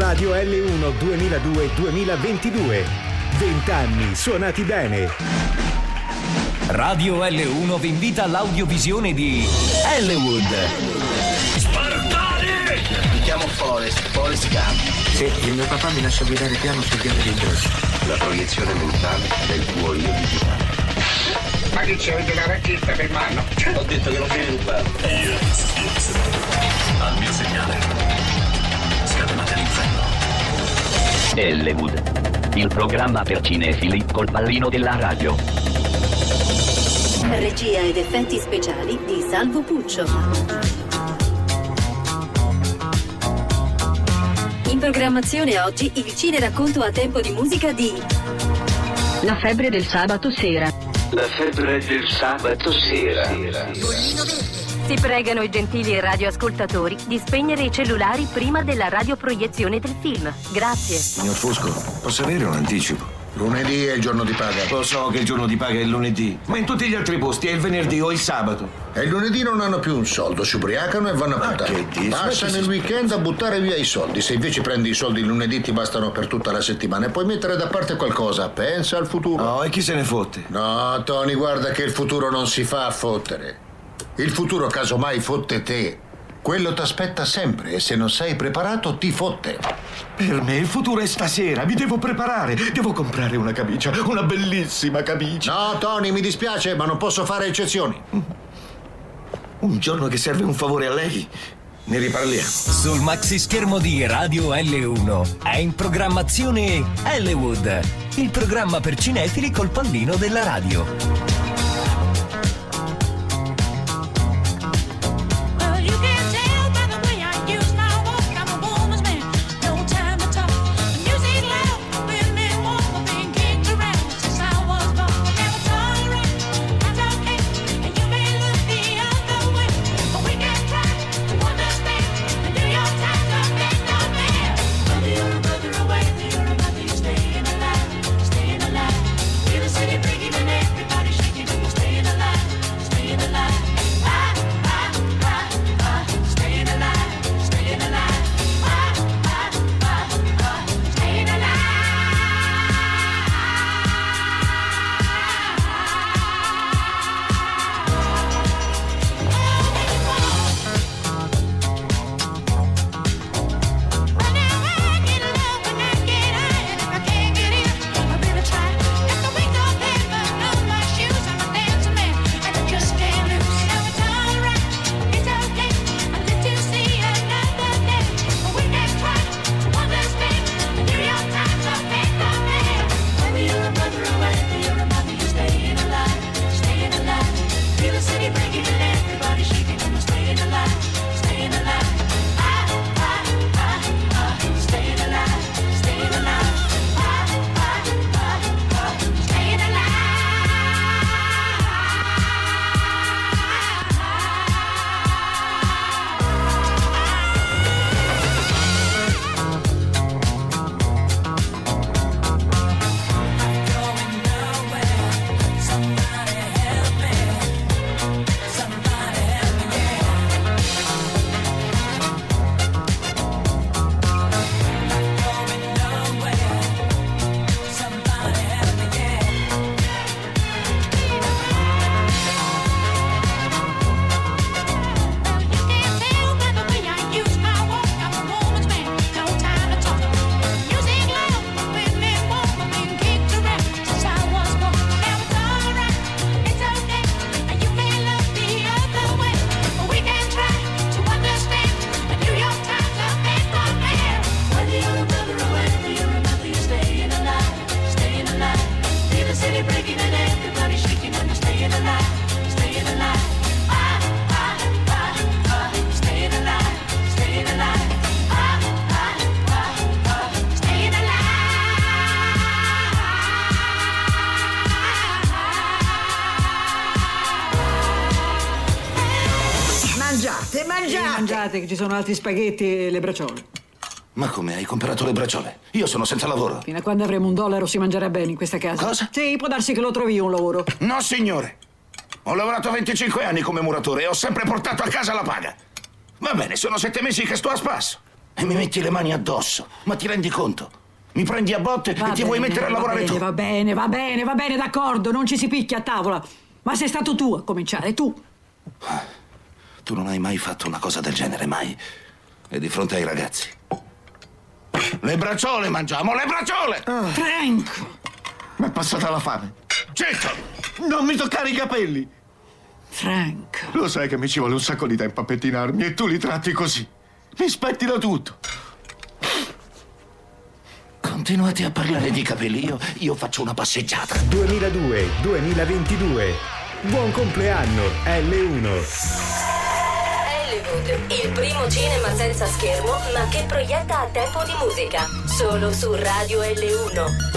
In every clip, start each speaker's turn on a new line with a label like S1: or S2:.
S1: Radio L1 2002-2022. 20 anni suonati bene.
S2: Radio L1 vi invita all'audiovisione di Hollywood.
S3: Spartani! Mi chiamo Forrest Gump.
S4: Sì, il mio papà mi lascia guidare piano sul viale dei Grossi.
S3: La proiezione mentale del tuo io digitale.
S5: Ma che c'è, avete una racchetta per mano?
S3: Ho detto che non devi rubare.
S6: Io ti spizzo. Al mio segnale. Scatenate l'inferno.
S7: Hollywood. Il programma per cinefili col pallino della radio.
S8: Regia ed effetti speciali di Salvo Puccio. In programmazione oggi il cineracconto a tempo di musica di La febbre del sabato sera.
S7: La febbre del sabato sera.
S8: Bollino verde.
S9: Si pregano i gentili radioascoltatori di spegnere i cellulari prima della radioproiezione del film. Grazie.
S4: Signor Fusco, posso avere un anticipo?
S10: Lunedì è il giorno di paga.
S4: Lo so che il giorno di paga è il lunedì, ma in tutti gli altri posti è il venerdì o il sabato.
S10: E il lunedì non hanno più un soldo, si ubriacano e vanno a buttare.
S4: Che dici?
S10: Passano il weekend a buttare via i soldi. Se invece prendi i soldi il lunedì ti bastano per tutta la settimana e puoi mettere da parte qualcosa. Pensa al futuro.
S4: No, e chi se ne fotte?
S10: No, Tony, guarda che il futuro non si fa a fottere. Il futuro casomai fotte te. Quello t'aspetta sempre e se non sei preparato ti fotte.
S4: Per me il futuro è stasera, mi devo preparare. Devo comprare una camicia, una bellissima camicia.
S10: No, Tony, mi dispiace, ma non posso fare eccezioni.
S4: Un giorno che serve un favore a lei, ne riparliamo.
S2: Sul maxi schermo di Radio L1 è in programmazione Hollywood, il programma per cinefili col pallino della radio.
S11: Mangiate, che ci sono altri spaghetti e le braciole.
S4: Ma come, hai comprato le bracciole? Io sono senza lavoro.
S11: Fino a quando avremo $1 si mangerà bene in questa casa.
S4: Cosa?
S11: Sì, può darsi che lo trovi un lavoro.
S4: No, signore. Ho lavorato 25 anni come muratore e ho sempre portato a casa la paga. Va bene, sono 7 mesi che sto a spasso. e mi metti le mani addosso. Ma ti rendi conto? Mi prendi a botte e ti vuoi mettere a lavorare tu?
S11: Va bene, d'accordo, non ci si picchia a tavola. Ma sei stato tu a cominciare, tu.
S4: Tu non hai mai fatto una cosa del genere, mai. E di fronte ai ragazzi. Le bracciole mangiamo, le bracciole!
S11: Frank!
S4: Mi è passata la fame. Zitto! Non mi toccare i capelli!
S11: Frank!
S4: Lo sai che mi ci vuole un sacco di tempo a pettinarmi e tu li tratti così. Mi spettino tutto. Continuate a parlare di capelli, io faccio una passeggiata.
S1: 2002-2022. Buon compleanno, L1.
S9: Hollywood, il primo cinema senza schermo, ma che proietta a tempo di musica. Solo su Radio L1.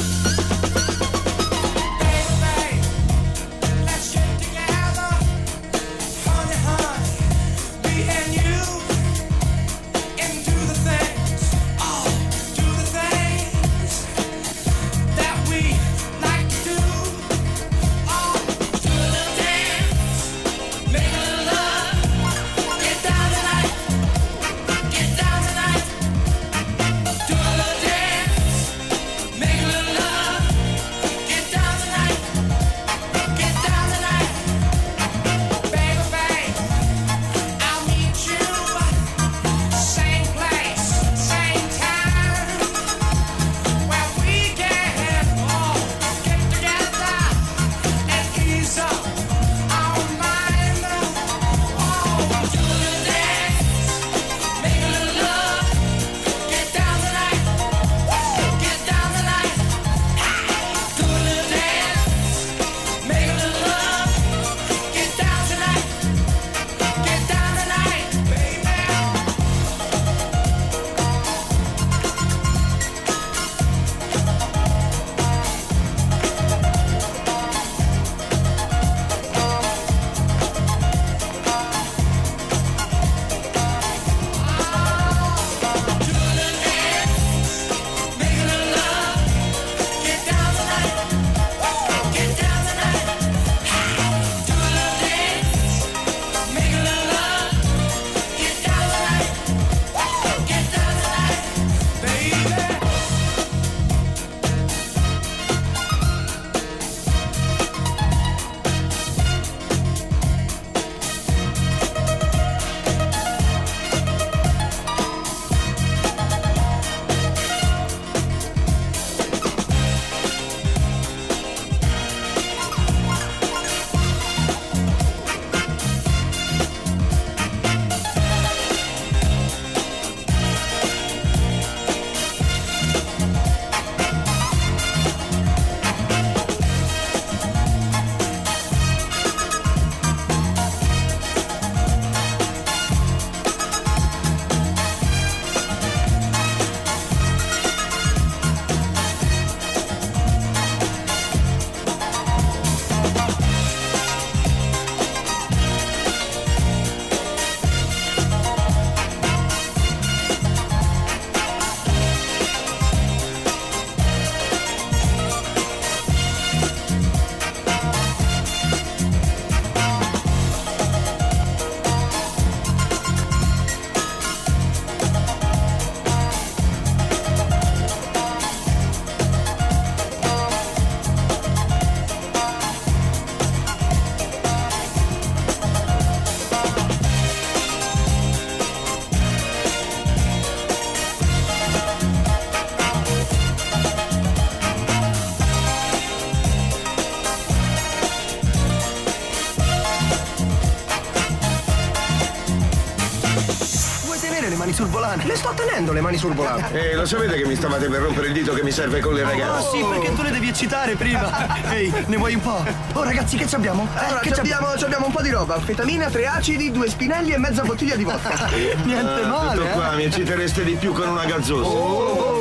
S12: sul volante. Le sto tenendo le mani sul volante.
S4: Lo sapete che mi stavate per rompere il dito che mi serve con le ragazze?
S12: Oh, sì, perché tu le devi eccitare prima. Ehi, ne vuoi un po'? Oh, ragazzi, che ci abbiamo? Allora, che abbiamo un po' di roba. Anfetamina, 3 acidi, 2 spinelli e mezza bottiglia di vodka. Niente male,
S4: tutto qua, mi eccitereste di più con una gazzosa.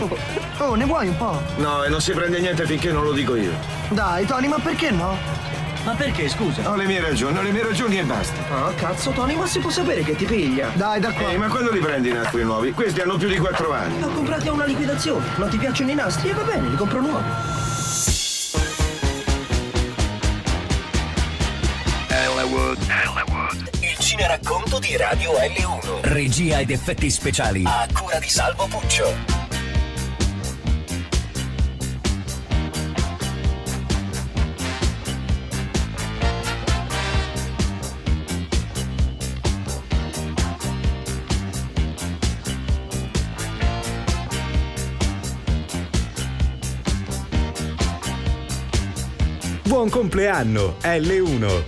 S12: Oh, ne vuoi un po'?
S4: No, e non si prende niente finché non lo dico io.
S12: Dai, Tony, ma perché no?
S13: Ma perché, scusa?
S4: Ho le mie ragioni e basta.
S12: Oh, cazzo, Tony, ma si può sapere che ti piglia? Dai, da qua.
S4: Ma quando li prendi i nastri nuovi? Questi hanno più di 4 anni.
S12: Li ho comprati a una liquidazione. Non ti piacciono i nastri? E va bene, li compro nuovi.
S2: Hollywood, il cineracconto di Radio L1. Regia ed effetti speciali a cura di Salvo Puccio.
S1: Buon compleanno, L1!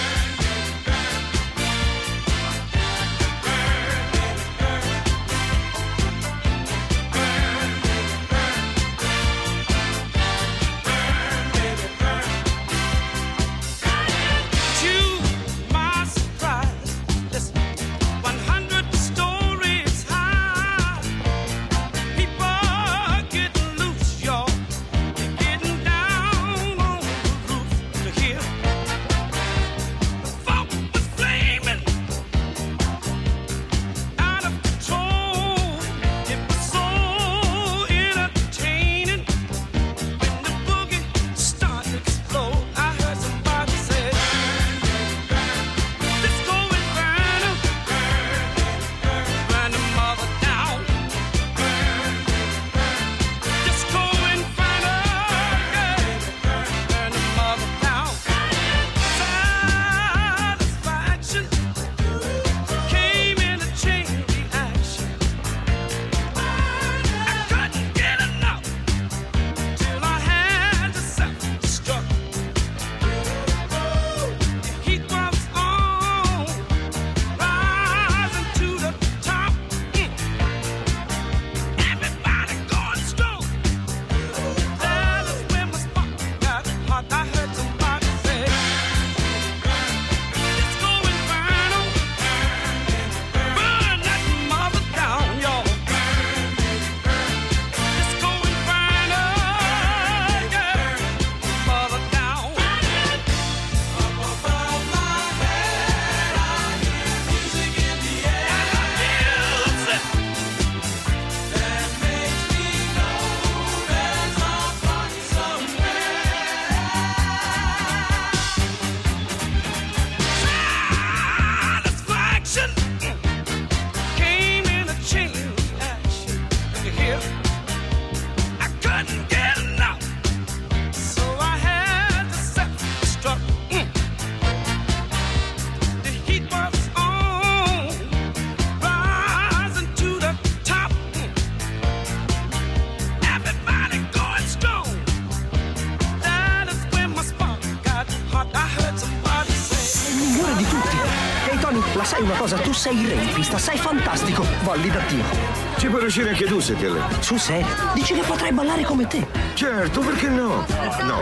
S12: Sai una cosa, tu sei il rapista, sei fantastico, volli da Dio.
S13: Ci puoi riuscire anche tu, Setelle.
S12: Sul serio? Dici che potrei ballare come te?
S13: Certo, perché no? No.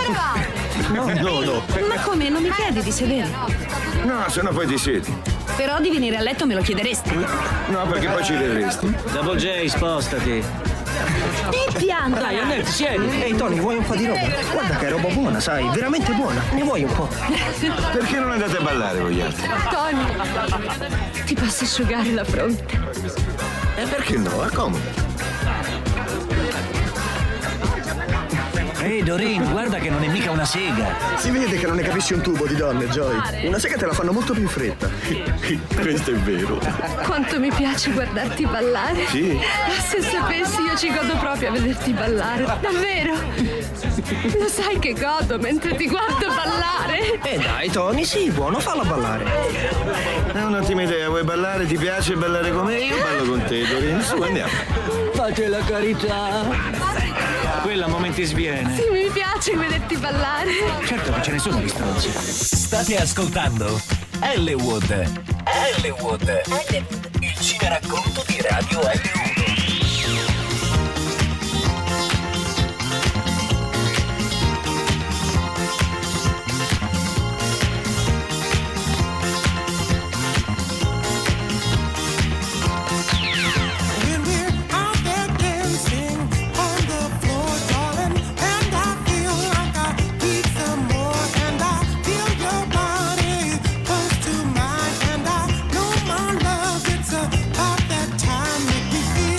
S13: No.
S8: Ma come, non mi chiedi di sedere?
S13: No, se no poi ti siedi.
S8: Però di venire a letto me lo chiederesti.
S13: No, perché poi ci verresti.
S14: Double J, spostati.
S8: Ti pianto.
S14: Dai, Annette, siedi.
S12: Ehi, Tony, vuoi un po' di roba? Guarda che è roba buona, sai, veramente buona. Ne vuoi un po'?
S13: Perché non andate a ballare voi altri?
S8: Tony, ti posso asciugare la fronte?
S13: E perché no? Accomoda.
S14: Ehi, Doreen, guarda che non è mica una sega.
S12: Si vede che non ne capisci un tubo di donne, Joy. Una sega te la fanno molto più in fretta.
S13: Questo è vero.
S8: Quanto mi piace guardarti ballare.
S13: Sì.
S8: Se sapessi, io ci godo proprio a vederti ballare. Davvero. Lo sai che godo mentre ti guardo ballare?
S12: Dai, Tony, sì, buono, falla ballare.
S13: È un'ottima idea, vuoi ballare? Ti piace ballare con me? Io ballo con te, Doreen. Su, andiamo.
S14: Fate la carità. Quella a momenti sviene.
S8: Sì, mi piace vederti ballare.
S14: Certo che ce ne sono di stronzi.
S2: State ascoltando L-Wood. Il cineracconto di Radio L1.
S15: It's a part that time make me feel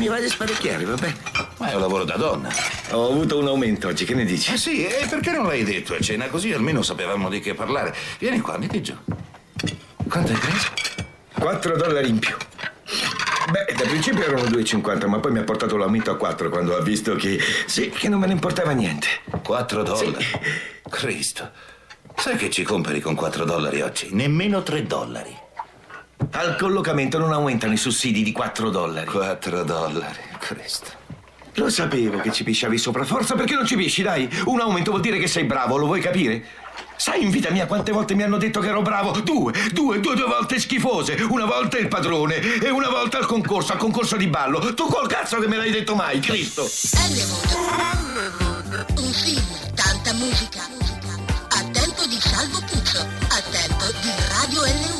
S13: mi vai a sparecchiare, va bene?
S4: Ma è un lavoro da donna.
S13: Ho avuto un aumento oggi, che ne dici?
S4: Sì, e perché non l'hai detto a cena? Così almeno sapevamo di che parlare. Vieni qua, metti giù. Quanto hai preso?
S13: $4 in più. Beh, da principio erano 2,50, ma poi mi ha portato l'aumento a 4 quando ha visto che... Sì, che non me ne importava niente.
S4: $4? Sì. Cristo. Sai che ci compri con $4 oggi? Nemmeno $3.
S13: Al collocamento non aumentano i sussidi di $4.
S4: $4, Cristo.
S13: Lo sapevo che ci pisciavi sopra. Forza, perché non ci pisci, dai? Un aumento vuol dire che sei bravo, lo vuoi capire? Sai in vita mia quante volte mi hanno detto che ero bravo? Due volte schifose. Una volta il padrone e una volta al concorso di ballo. Tu col cazzo che me l'hai detto mai, Cristo?
S15: Un film, tanta musica. A tempo di Salvo Puccio, a tempo di Radio L1.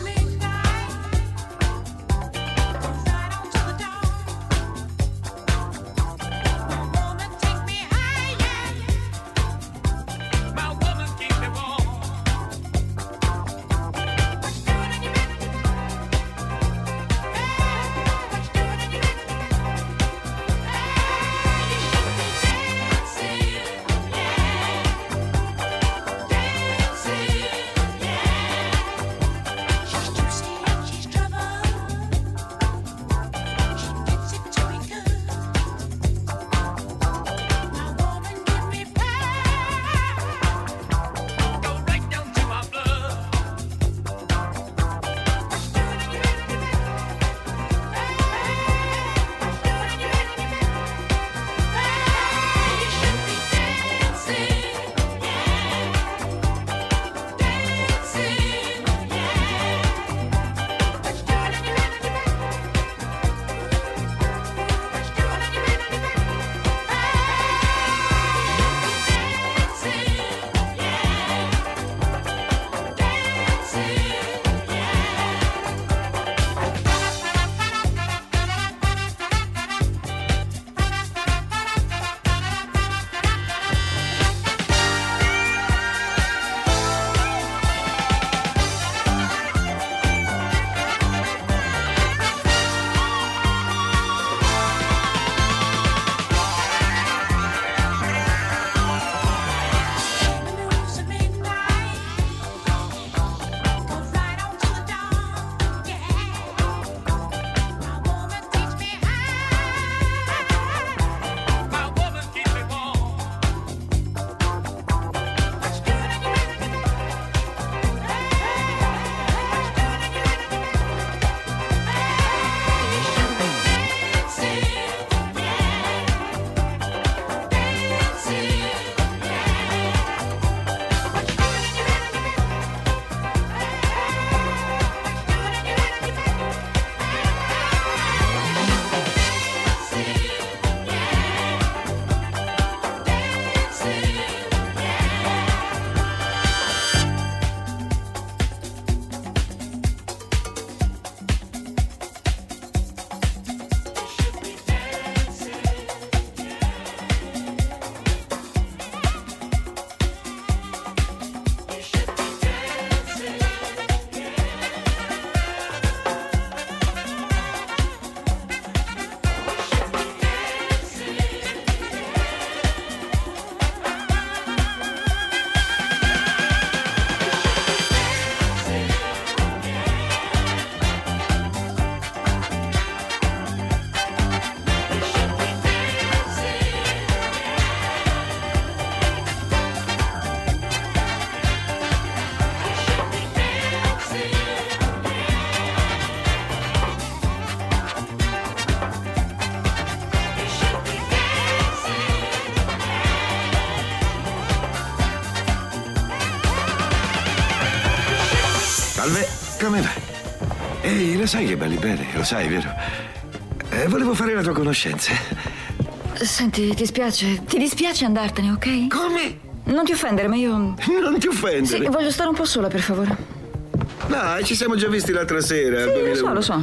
S13: Salve, come va? Ehi, lo sai che balli bene, lo sai, vero? Volevo fare la tua conoscenza.
S11: Senti, ti dispiace andartene, ok?
S13: Come?
S11: Non ti offendere, ma io...
S13: Non ti offendere?
S11: Sì, voglio stare un po' sola, per favore.
S13: No, ci siamo già visti l'altra sera.
S11: Sì, lo so.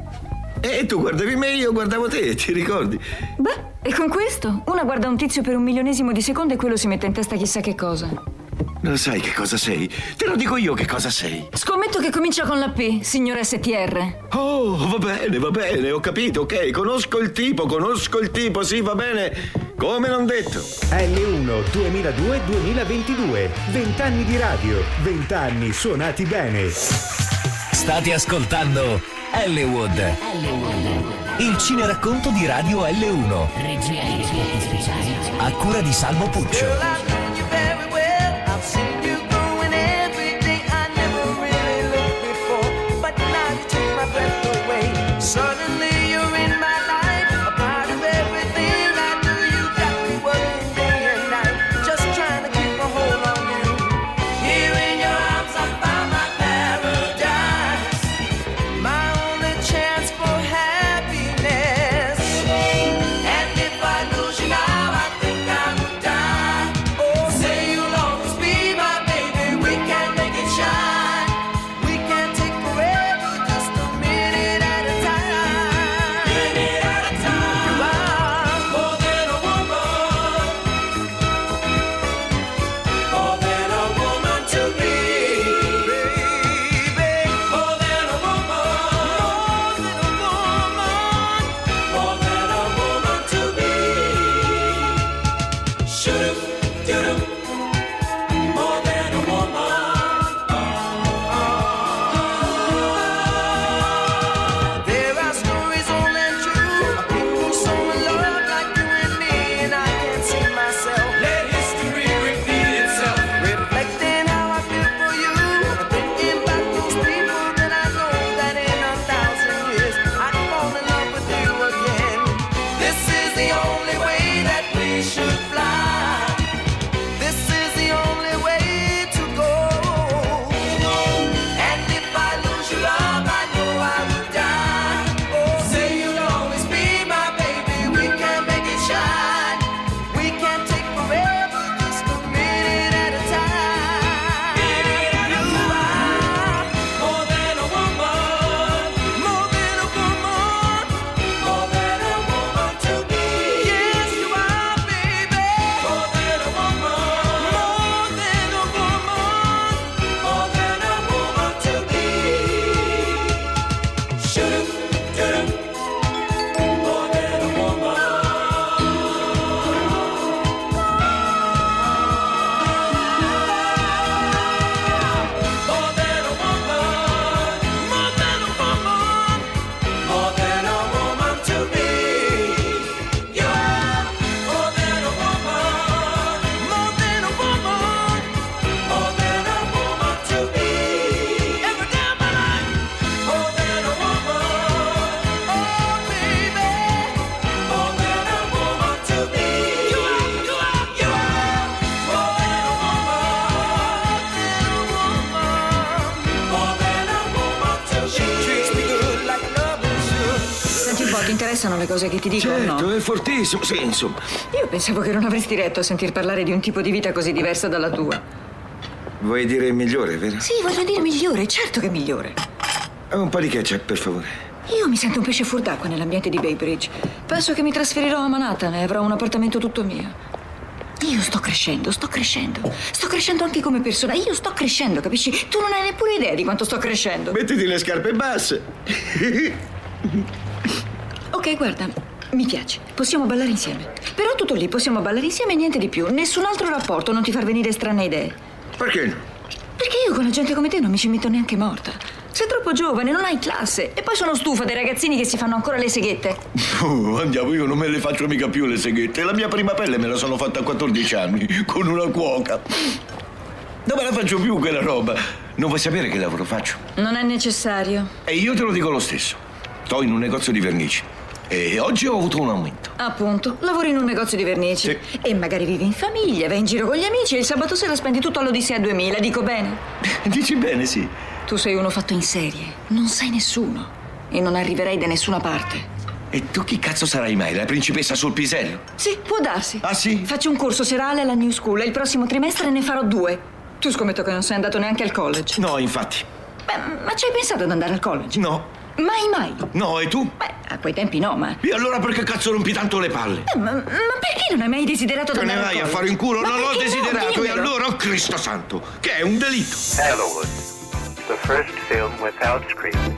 S13: E tu guardavi me, io guardavo te, ti ricordi?
S11: Beh, e con questo? Una guarda un tizio per 1 milionesimo di secondo e quello si mette in testa chissà che cosa.
S13: Lo sai che cosa sei? Te lo dico io che cosa sei.
S11: Scommetto che comincia con la P, signor STR.
S13: Oh, va bene, ho capito, ok. Conosco il tipo, sì, va bene. Come non detto.
S1: L1 2002-2022. 20 anni di radio, 20 anni suonati bene.
S2: State ascoltando Hollywood, il cineracconto di Radio L1.
S16: Regia e effetti speciali
S2: a cura di Salvo Puccio.
S11: Interessano le cose che ti dico,
S13: certo,
S11: no?
S13: È fortissimo, sì, insomma.
S11: Io pensavo che non avresti retto a sentir parlare di un tipo di vita così diversa dalla tua.
S13: Vuoi dire migliore, vero?
S11: Sì, voglio dire migliore, certo che è migliore.
S13: Un po' di ketchup, per favore.
S11: Io mi sento un pesce fuor d'acqua nell'ambiente di Bay Bridge. Penso che mi trasferirò a Manhattan e avrò un appartamento tutto mio. Io sto crescendo. Sto crescendo anche come persona. Io sto crescendo, capisci? Tu non hai neppure idea di quanto sto crescendo.
S13: Mettiti le scarpe basse.
S11: Ok, guarda, mi piace. Possiamo ballare insieme. Però tutto lì, possiamo ballare insieme e niente di più. Nessun altro rapporto, non ti far venire strane idee.
S13: Perché no?
S11: Perché io con la gente come te non mi ci metto neanche morta. Sei troppo giovane, non hai classe. E poi sono stufa dei ragazzini che si fanno ancora le seghette.
S13: Andiamo, io non me le faccio mica più le seghette. La mia prima pelle me la sono fatta a 14 anni, con una cuoca. Non me la faccio più quella roba. Non vuoi sapere che lavoro faccio?
S11: Non è necessario.
S13: E io te lo dico lo stesso. Sto in un negozio di vernici. E oggi ho avuto un aumento.
S11: Appunto, lavori in un negozio di vernici.
S13: Sì.
S11: E magari vivi in famiglia, vai in giro con gli amici e il sabato sera spendi tutto all'Odissea 2000, dico bene?
S13: Dici bene, sì.
S11: Tu sei uno fatto in serie, non sei nessuno. E non arriverai da nessuna parte.
S13: E tu chi cazzo sarai mai? La principessa sul pisello?
S11: Sì, può darsi.
S13: Ah, sì?
S11: Faccio un corso serale alla New School e il prossimo trimestre ne farò 2. Tu scommetto che non sei andato neanche al college.
S13: No, infatti.
S11: Beh, ma ci hai pensato ad andare al college?
S13: No.
S11: Mai.
S13: No, e tu?
S11: Beh, a quei tempi no, ma...
S13: E allora perché cazzo rompi tanto le palle?
S11: Ma perché non hai mai desiderato
S13: Te ne
S11: tornare
S13: vai a
S11: al
S13: fare in culo?
S11: Ma
S13: Non l'ho
S11: perché no?
S13: desiderato, e
S11: Dimmelo.
S13: allora, oh Cristo santo, che è un delitto.
S17: Elwood, the first film without screaming.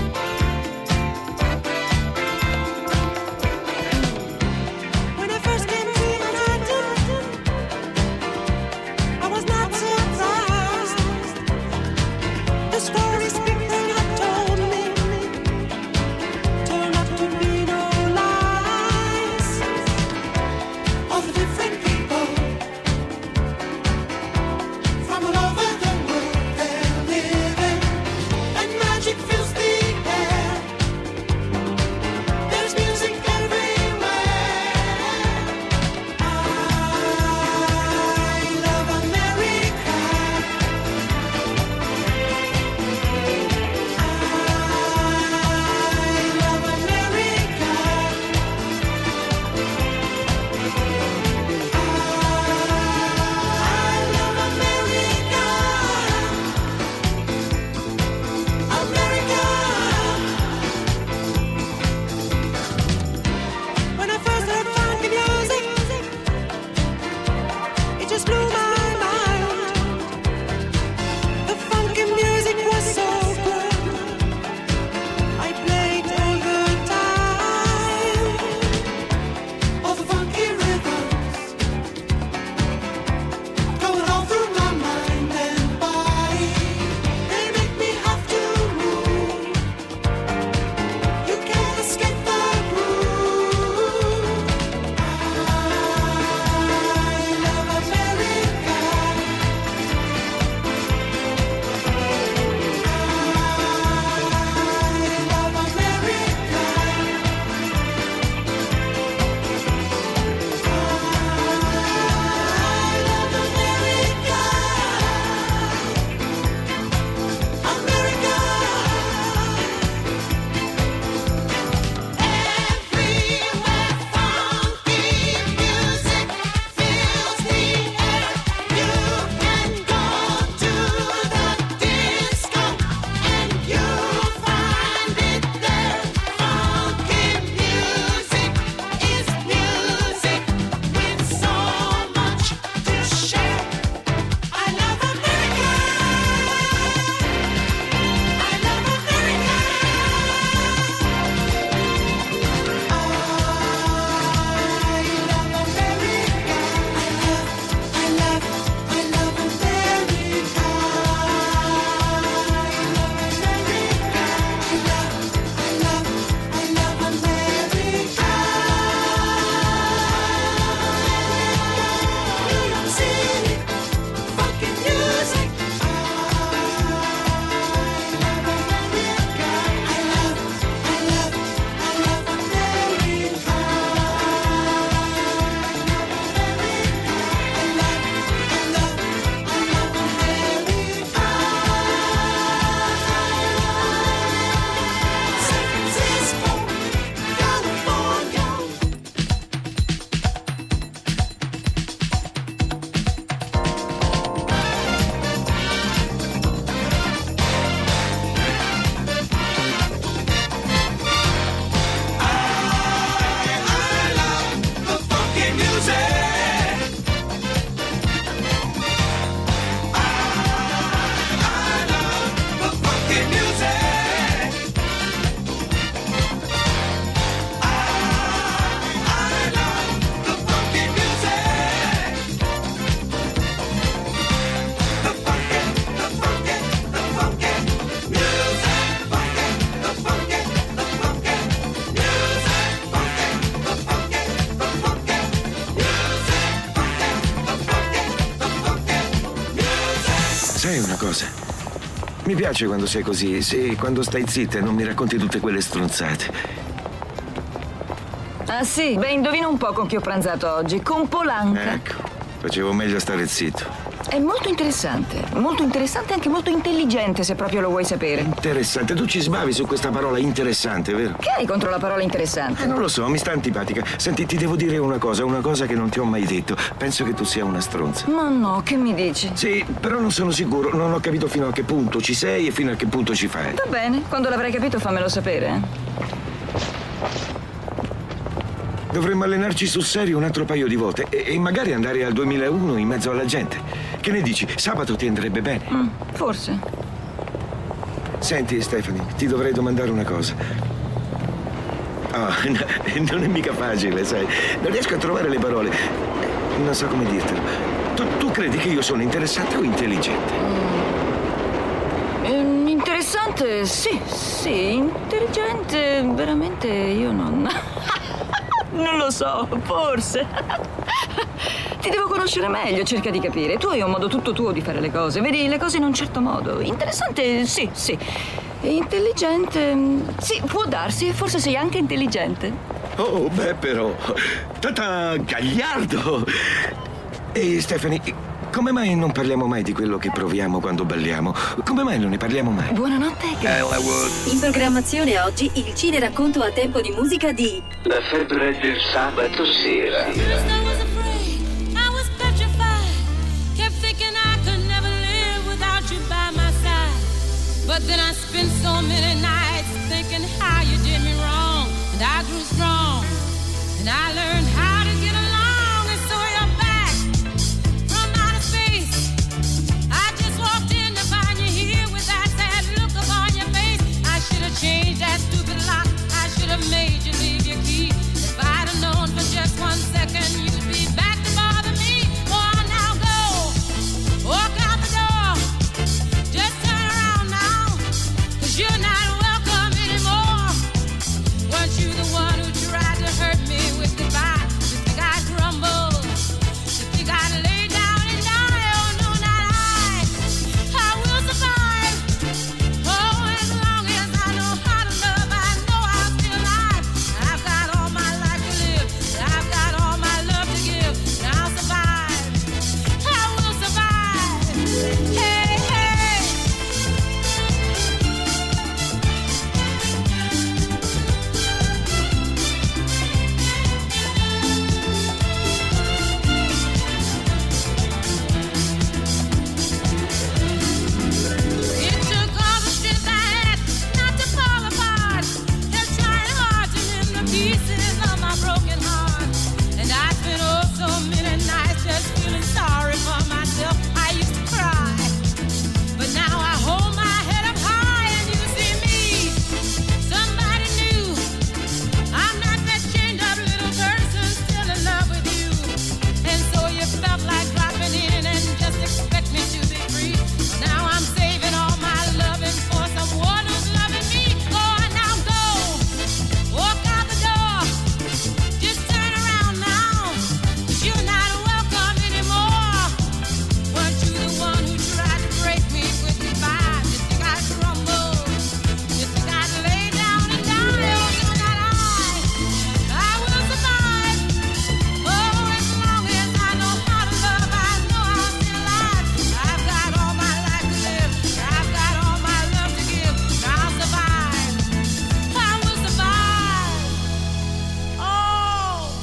S13: Sai una cosa? Mi piace quando sei così, sì, quando stai zitta e non mi racconti tutte quelle stronzate.
S11: Ah sì? Beh, indovina un po' con chi ho pranzato oggi. Con Polanca.
S13: Ecco, facevo meglio a stare zitto.
S11: È molto interessante e anche molto intelligente, se proprio lo vuoi sapere.
S13: Interessante, tu ci sbavi su questa parola interessante, vero?
S11: Che hai contro la parola interessante?
S13: Non lo so, mi sta antipatica. Senti, ti devo dire una cosa che non ti ho mai detto. Penso che tu sia una stronza.
S11: Ma no, che mi dici?
S13: Sì, però non sono sicuro, non ho capito fino a che punto ci sei e fino a che punto ci fai.
S11: Va bene, quando l'avrai capito fammelo sapere.
S13: Dovremmo allenarci sul serio un altro paio di volte e magari andare al 2001 in mezzo alla gente. Che ne dici? Sabato ti andrebbe bene?
S11: Forse.
S13: Senti, Stephanie, ti dovrei domandare una cosa. Non è mica facile, sai. Non riesco a trovare le parole. Non so come dirtelo. Tu credi che io sono interessante o intelligente?
S11: Interessante, sì. Intelligente, veramente io non... Non lo so, forse. Ti devo conoscere meglio, cerca di capire. Tu hai un modo tutto tuo di fare le cose. Vedi le cose in un certo modo. Interessante, sì. Intelligente, sì, può darsi. Forse sei anche intelligente.
S13: Oh, beh, però. Tata Gagliardo. Ehi, Stephanie, come mai non parliamo mai di quello che proviamo quando balliamo? Come mai non ne parliamo mai?
S11: Buonanotte.
S18: In programmazione oggi il cineracconto a tempo di musica di
S19: La febbre del sabato sera.
S20: But then I spent so many nights thinking how you did me wrong. And I grew strong. And I learned how to get along. And so you're back from outer space. I just walked in to find you here with that sad look upon your face. I should have changed that stupid lock. I should have made you leave your key. If I'd have known for just 1 second you'd be back to bother me. Oh, now go. Walk out the door. Just turn around now. 'Cause you're not welcome anymore. Weren't you the one who tried to hurt me with goodbye? You think I'd crumble? You think I'd lay down and die? Oh no, not I will survive. Oh, as long as I know how to love, I know I'll stay alive. I've got all my life to live, and I've got all my love to give, and I'll survive. I will survive. Hey, hey. It took all the strength I had not to fall apart, and trying hard to mend the pieces of my broken heart. And I spent so many nights just feeling sorry for myself. I used to cry, but now I hold my head up high and you see me, somebody new. I'm not that chained up little person still in love with you. And so you felt like dropping in and just expect me to be free. Now I'm saving all my loving for someone who's loving me. Go on now, go. Walk out the door. Just turn around now. 'Cause you're not welcome anymore. Weren't you the one who tried to break me with goodbye? You think I'd crumble? You think I'd lay down and die? Oh, no, not I will survive. Oh, as long as I know how to love, I know I'll stay alive. I've got all my life to live. I've got all my love to give. I'll survive. I will survive. Oh.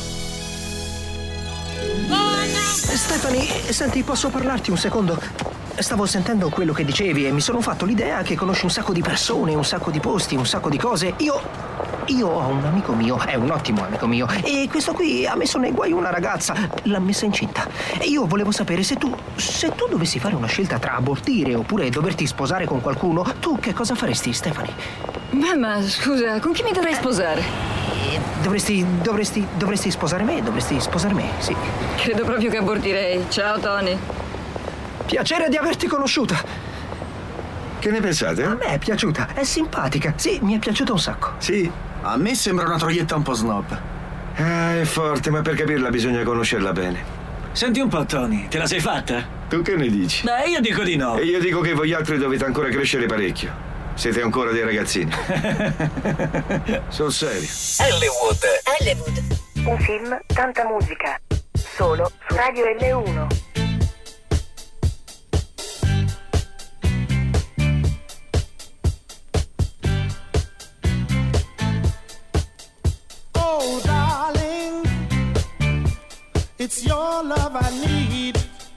S20: Go on now.
S12: Stephanie, senti, posso parlarti un secondo? Stavo sentendo quello che dicevi e mi sono fatto l'idea che conosci un sacco di persone, un sacco di posti, un sacco di cose. Io ho un amico mio, è un ottimo amico mio, e questo qui ha messo nei guai una ragazza, l'ha messa incinta. E io volevo sapere se tu dovessi fare una scelta tra abortire oppure doverti sposare con qualcuno, tu che cosa faresti, Stephanie?
S11: Ma scusa, con chi mi dovrei sposare?
S12: Dovresti sposare me, sì.
S11: Credo proprio che abortirei. Ciao, Tony.
S12: Piacere di averti conosciuta.
S13: Che ne pensate?
S12: A me è piaciuta, è simpatica. Sì, mi è piaciuta un sacco.
S21: Sì, a me sembra una troietta un po' snob.
S13: È forte, ma per capirla bisogna conoscerla bene.
S14: Senti un po', Tony, te la sei fatta?
S13: Tu che ne dici?
S14: Beh, io dico di no.
S13: E io dico che voi altri dovete ancora crescere parecchio. Siete ancora dei ragazzini. Sul serio.
S18: Hollywood. Un film, tanta musica. Solo su Radio L1.
S20: It's your love I need.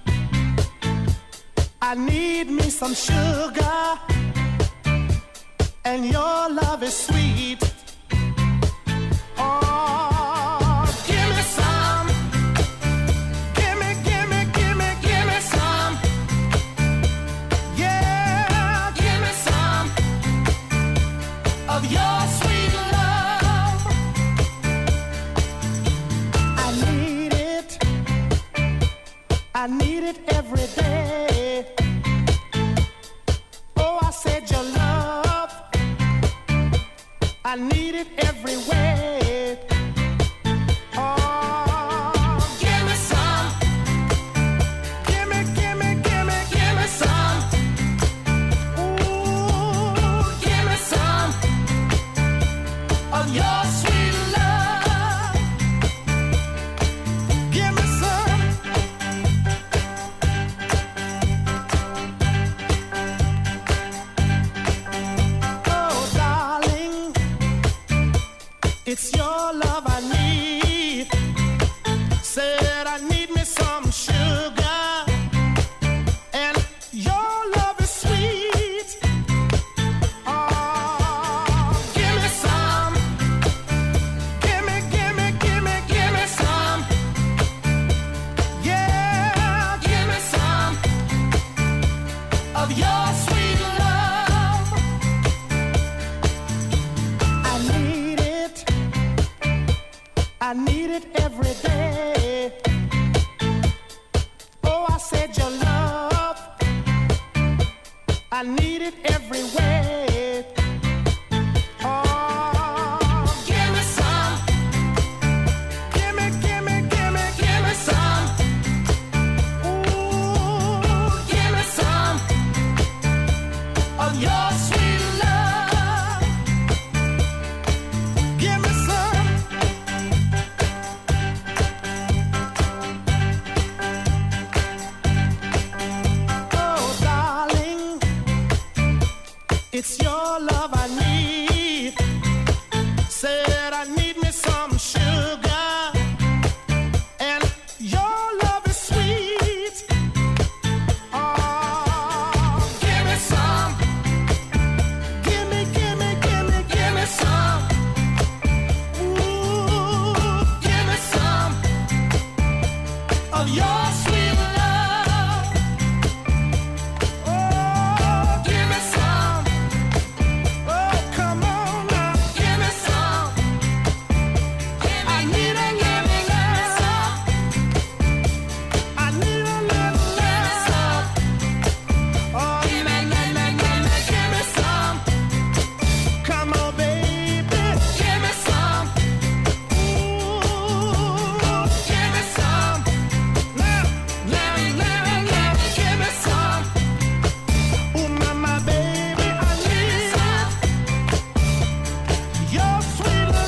S20: I need me some sugar, and your love is sweet. Oh, give me some. Give me, give me, give me, give me some. Yeah, give me some of your sweet love. I need it every day. Oh, I said your love, I need it every way. Oh, give me some. Give me, give me, give me, give me some. Ooh, give me some of your sweet love. Give me some. Oh, darling, it's your love I need. Said I need me some sugar, and your love is sweet. Oh, give me some. Give me, give me, give me, give me some. Yeah, give me some of your sweet love. I need it every day. Oh, I said your love, I need it every way. Oh, give me some. Give me, give me, give me, give me some. Ooh, give me some of your sweet love. Give me some. Oh, darling, it's your love I need. Said I need me some sugar, and your love is sweet. Oh, give me some. Give me, give me, give me, give me some. Ooh, give me some of your sweet love. Oh, give me some. Oh, come on now, give me some. I need a little love. I need a little love. Oh, na na na na na, give me some. Come on, baby, give me some. Ooh, give me some. Now, now, now, now, give me some. Ooh, mama, baby, I need your sweet love.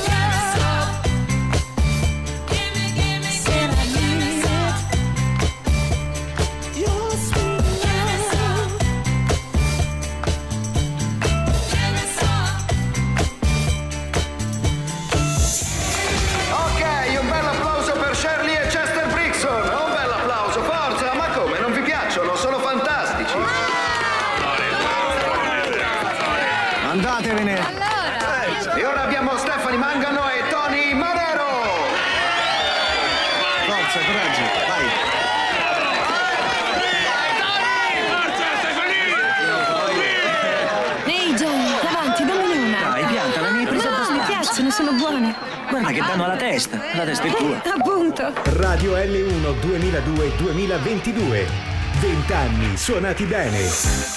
S20: Said I need your sweet love.
S5: Ok, un bel applauso per Shirley e Chester Brixton. Un bel applauso, forza, ma come? Non vi piacciono? Sono fantastici.
S21: Andatevene.
S5: E ora abbiamo Stephanie Mangano e Tony Manero.
S21: Forza, coraggio, vai.
S8: Ehi Johnny, avanti, dammene una.
S21: Dai, piantala, ne hai presa
S8: No, mi
S21: abbastanza.
S8: piacciono, sono buone.
S21: Guarda che danno alla testa. La testa è tua.
S8: Appunto.
S1: Radio L1 2002-2022. 20 anni suonati bene.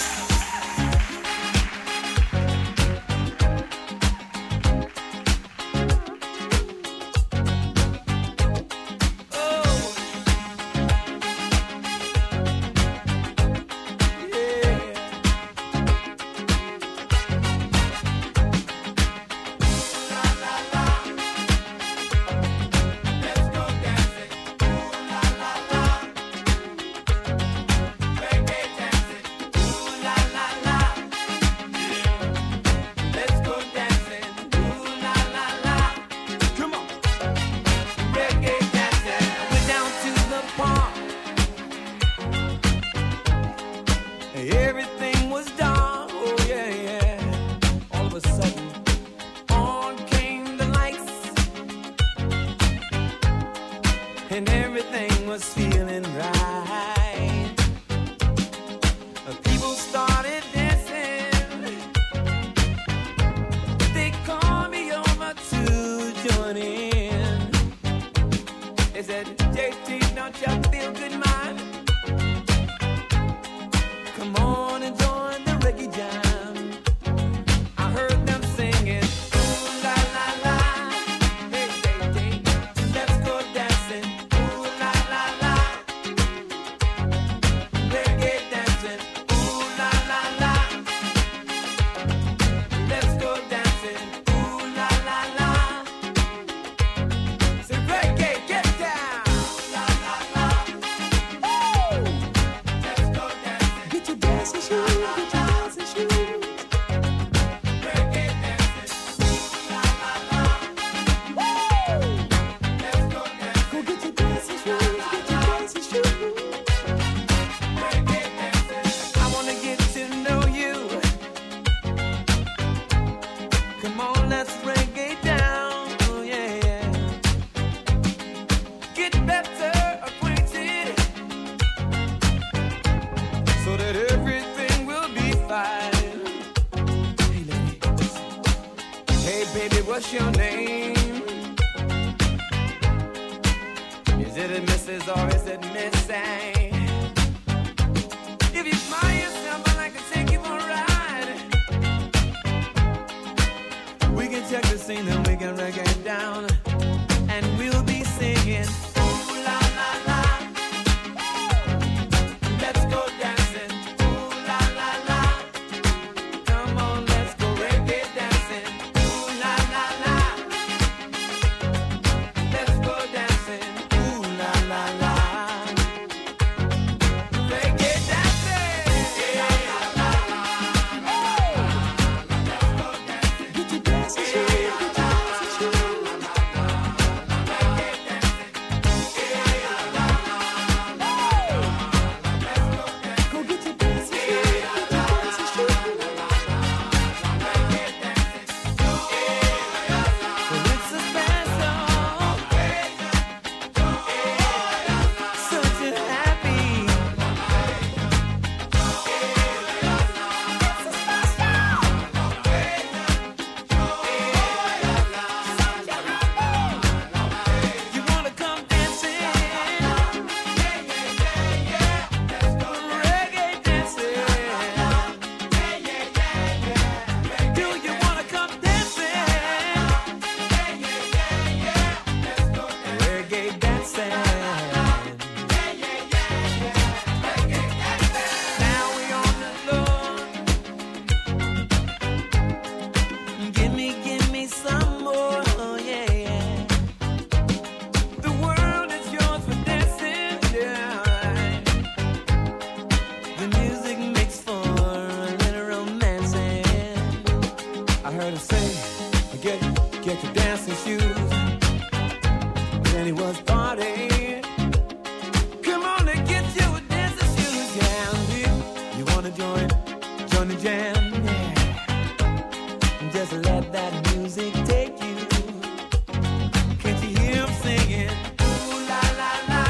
S20: La let's reggae down. Oh, yeah, yeah. Get better acquainted so that everything will be fine. Hey, lady, listen. Hey, baby, what's your name? Is it a Mrs. or is it Missy? If you smile yourself, I'd like to take you for a ride. We can check the scene and we can reggae down, and we'll be singing. Ooh la la la. Let's go dancing. Ooh la la la. Come on, let's go reggae dancing. Ooh la la la. Let's go dancing. Ooh la la la. Reggae dancing. Yeah, la la la. Get your dancing shoes. Get your dancing shoes. Go get your dancing shoes. Get your dancing shoes. Well, it's a special, such a happy. It's a special, you wanna come dancing? Reggae dancing. Do you wanna come dancing? Reggae dancing. Now we on the floor. Give me some more. Oh, yeah, yeah. The world is yours for dancing. Yeah. The music makes for a little romancing. I heard her say, get your dancing shoes. Then he was partying. Come on and get your dancing shoes, yeah. You wanna join the jam, yeah. Just let that music take you. Can't you hear him singing? Ooh la la la.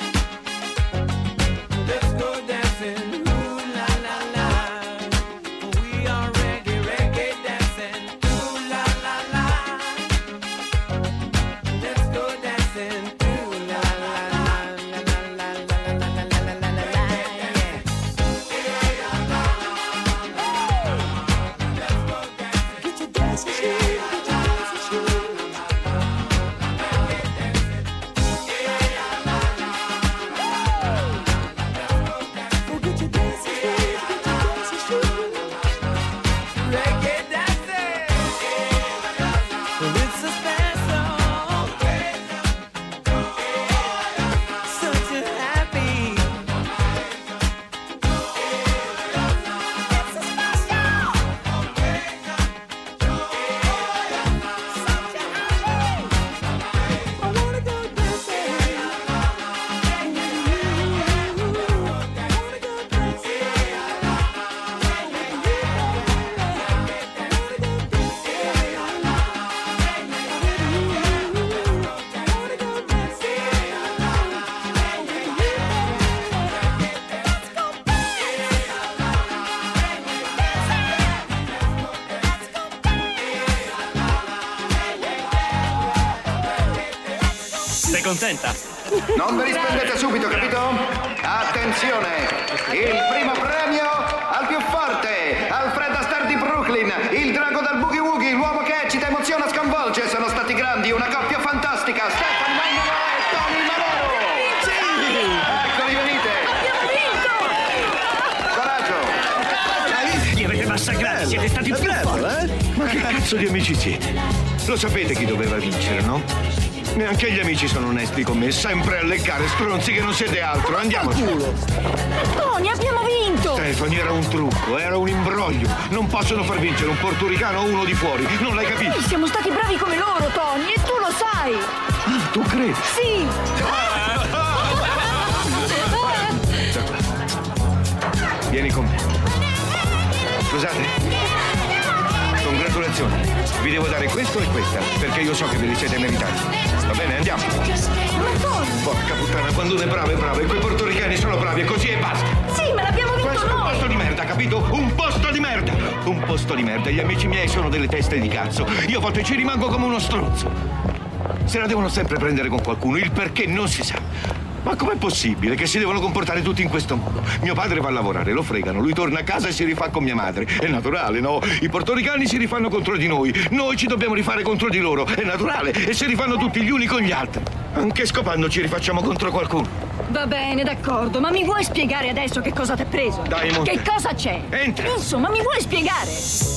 S20: Let's go dancing. Ooh la la la. We are reggae dancing. Ooh la la la. Let's go dancing. Ooh la la la la la la la la la la la la la. Get your dancing shoes. Get your dancing shoes. Go get your dancing shoes. Get your dancing shoes. Reggae dancing. Well, it's a special, such a happy. It's a special, such a happy. I wanna go dancing. I wanna go dancing.
S14: Sei contenta?
S5: Non vi rispondete subito, capito? Attenzione! Il primo premio al più forte, al Fred Astaire di Brooklyn, il drago del Boogie Woogie, l'uomo che eccita, emoziona, sconvolge. Sono stati grandi, una coppia fantastica, Stefan Magnolo e Tony Manero! Sì! Eccoli, venite! Coraggio!
S14: Li avete massacrati, siete stati più forti.
S13: Ma che cazzo di amici siete? Lo sapete chi doveva vincere, no? Neanche gli amici sono onesti con me, sempre a leccare, stronzi che non siete altro. Andiamoci.
S11: Tony, abbiamo vinto!
S13: Stefani, era un trucco, era un imbroglio. Non possono far vincere un portoricano o uno di fuori, non l'hai capito?
S11: Noi siamo stati bravi come loro, Tony, e tu lo sai!
S13: Ah, tu credi?
S11: Sì!
S13: Vieni con me. Scusate. Congratulazioni. attenzione, vi devo dare questo e questa, perché io so che ve li siete meritati. Va bene, andiamo. Porca puttana, quando uno è bravo, e quei portoricani sono bravi, e così e basta.
S11: Sì, ma l'abbiamo vinto
S13: Questo è un posto di merda, capito? Un posto di merda! Un posto di merda. Gli amici miei sono delle teste di cazzo. Io a volte ci rimango come uno stronzo. Se la devono sempre prendere con qualcuno, il perché non si sa. Ma com'è possibile che si devono comportare tutti in questo modo? Mio padre va a lavorare, lo fregano, lui torna a casa e si rifà con mia madre. È naturale, no? I portoricani si rifanno contro di noi ci dobbiamo rifare contro di loro. È naturale, e si rifanno tutti gli uni con gli altri. Anche scopando ci rifacciamo contro qualcuno.
S11: Va bene, d'accordo, ma mi vuoi spiegare adesso che cosa t'è preso?
S13: Dai, Monte.
S11: Che cosa c'è?
S13: Entra.
S11: Insomma, mi vuoi spiegare?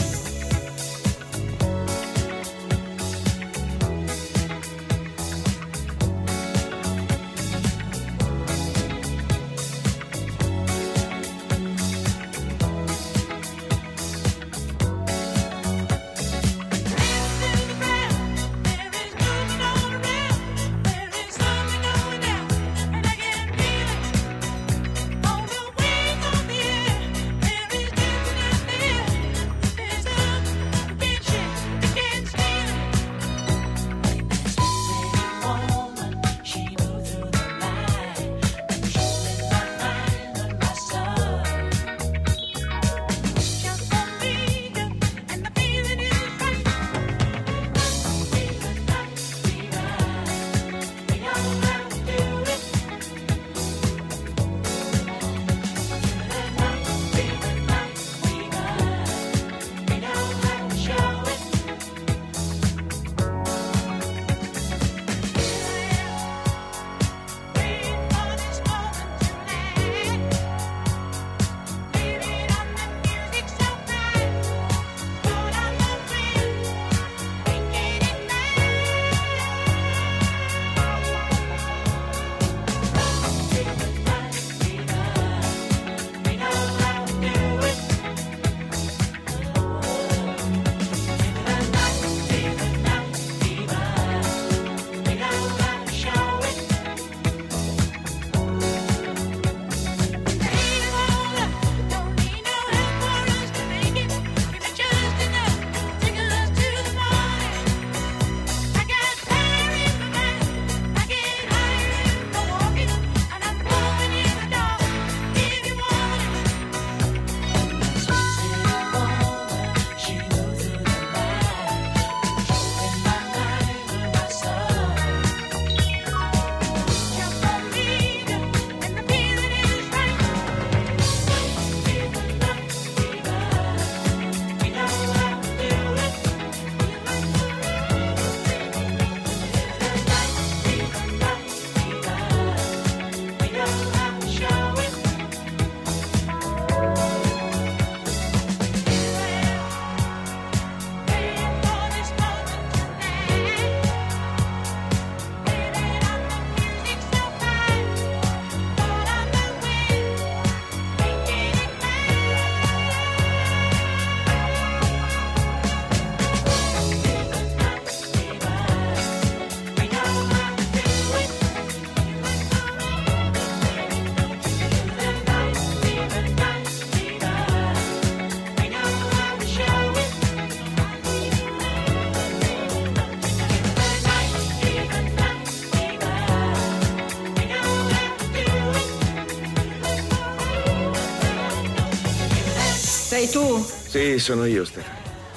S11: Sei tu?
S13: Sì, sono io, Stefani.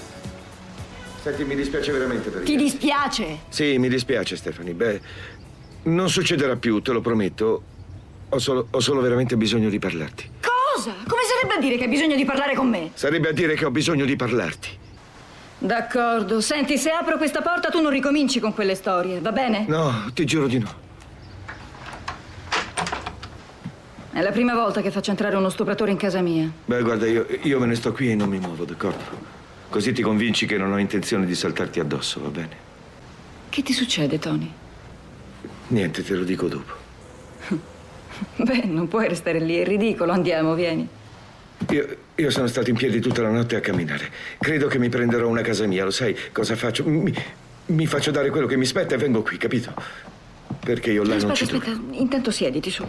S13: Senti, mi dispiace veramente per
S11: Ti dispiace?
S13: Sì, mi dispiace, Stefani. Beh, non succederà più, te lo prometto. Ho solo veramente bisogno di parlarti.
S11: Cosa? Come sarebbe a dire che hai bisogno di parlare con me?
S13: Sarebbe a dire che ho bisogno di parlarti.
S11: D'accordo. Senti, se apro questa porta tu non ricominci con quelle storie, va bene?
S13: No, ti giuro di no.
S11: È la prima volta che faccio entrare uno stupratore in casa mia.
S13: Beh, guarda, io me ne sto qui e non mi muovo, d'accordo? Così ti convinci che non ho intenzione di saltarti addosso, va bene?
S11: Che ti succede, Tony?
S13: Niente, te lo dico dopo.
S11: Beh, non puoi restare lì, è ridicolo. Andiamo, vieni.
S13: Io sono stato in piedi tutta la notte a camminare. Credo che mi prenderò una casa mia, lo sai cosa faccio? Mi faccio dare quello che mi spetta e vengo qui, capito? Perché io là non ci torno.
S11: Aspetta, intanto siediti su.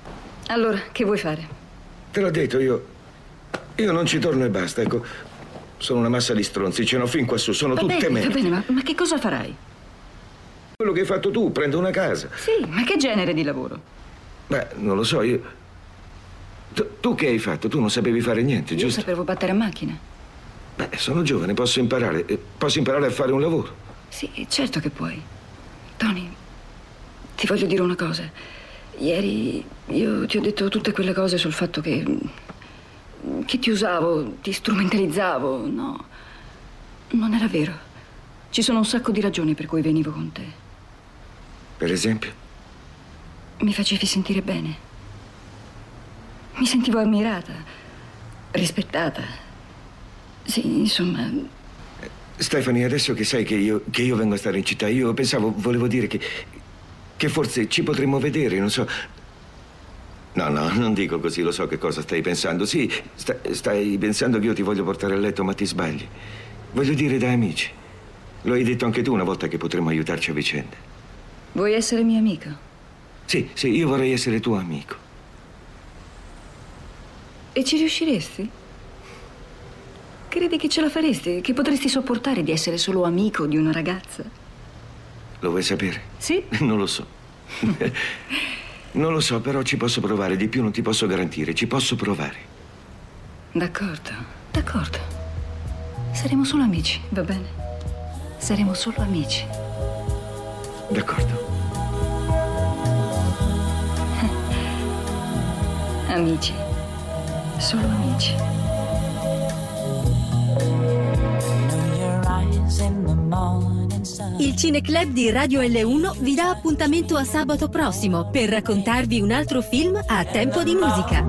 S11: Allora, che vuoi fare?
S13: Te l'ho detto, io non ci torno e basta, ecco. Sono una massa di stronzi, ce n'ho fin quassù, sono
S11: Va
S13: tutte
S11: bene,
S13: me.
S11: va bene, ma che cosa farai?
S13: Quello che hai fatto tu, prendo una casa.
S11: Sì, ma che genere di lavoro?
S13: Beh, non lo so, io... Tu che hai fatto? Tu non sapevi fare niente,
S11: Io
S13: giusto?
S11: sapevo battere a macchina.
S13: Beh, sono giovane, posso imparare a fare un lavoro.
S11: Sì, certo che puoi. Tony, ti voglio dire una cosa. Ieri io ti ho detto tutte quelle cose sul fatto che ti usavo, ti strumentalizzavo. No, non era vero. Ci sono un sacco di ragioni per cui venivo con te.
S13: Per esempio?
S11: Mi facevi sentire bene. Mi sentivo ammirata, rispettata. Sì, insomma...
S13: Stefani, adesso che sai che io vengo a stare in città, io volevo dire che forse ci potremmo vedere, non so... No, non dico così, lo so che cosa stai pensando. Sì, stai pensando che io ti voglio portare a letto, ma ti sbagli. Voglio dire da amici. Lo hai detto anche tu una volta che potremmo aiutarci a vicenda.
S11: Vuoi essere mio amico?
S13: Sì, io vorrei essere tuo amico.
S11: E ci riusciresti? Credi che ce la faresti? Che potresti sopportare di essere solo amico di una ragazza?
S13: Lo vuoi sapere?
S11: Sì.
S13: Non lo so. Non lo so, però ci posso provare. Di più non ti posso garantire. Ci posso provare.
S11: D'accordo. Saremo solo amici, va bene? Saremo solo amici.
S13: D'accordo.
S11: Amici. Solo amici.
S18: Il Cineclub di Radio L1 vi dà appuntamento a sabato prossimo per raccontarvi un altro film a tempo di musica.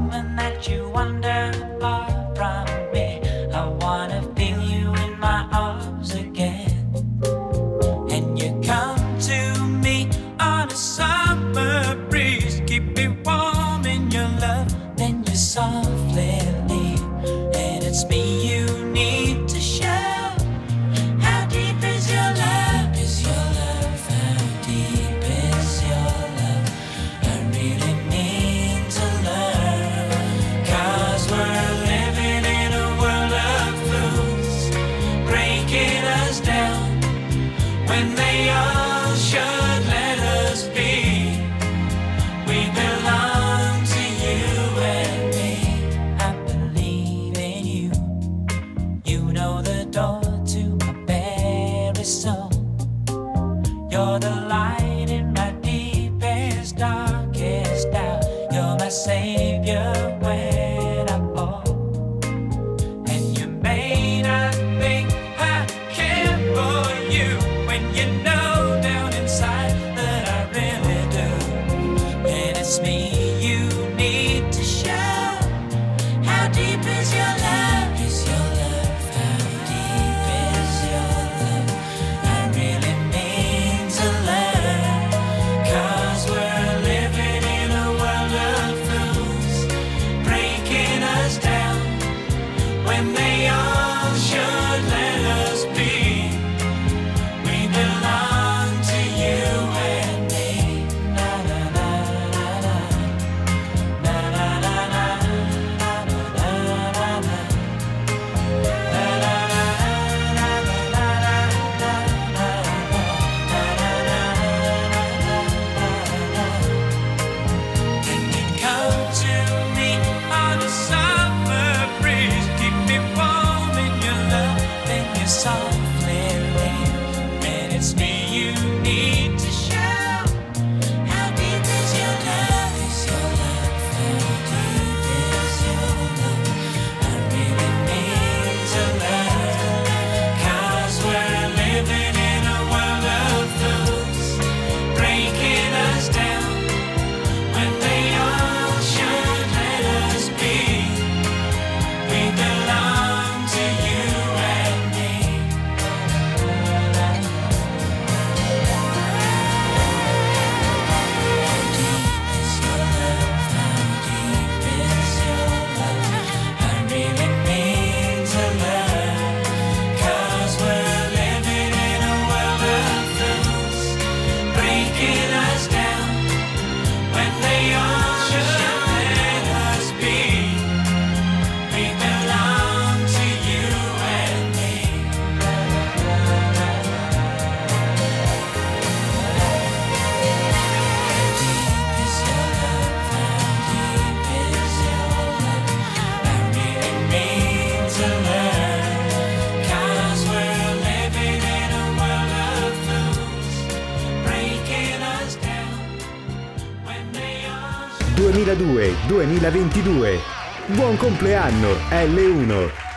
S1: 2002-2022. Buon compleanno L1!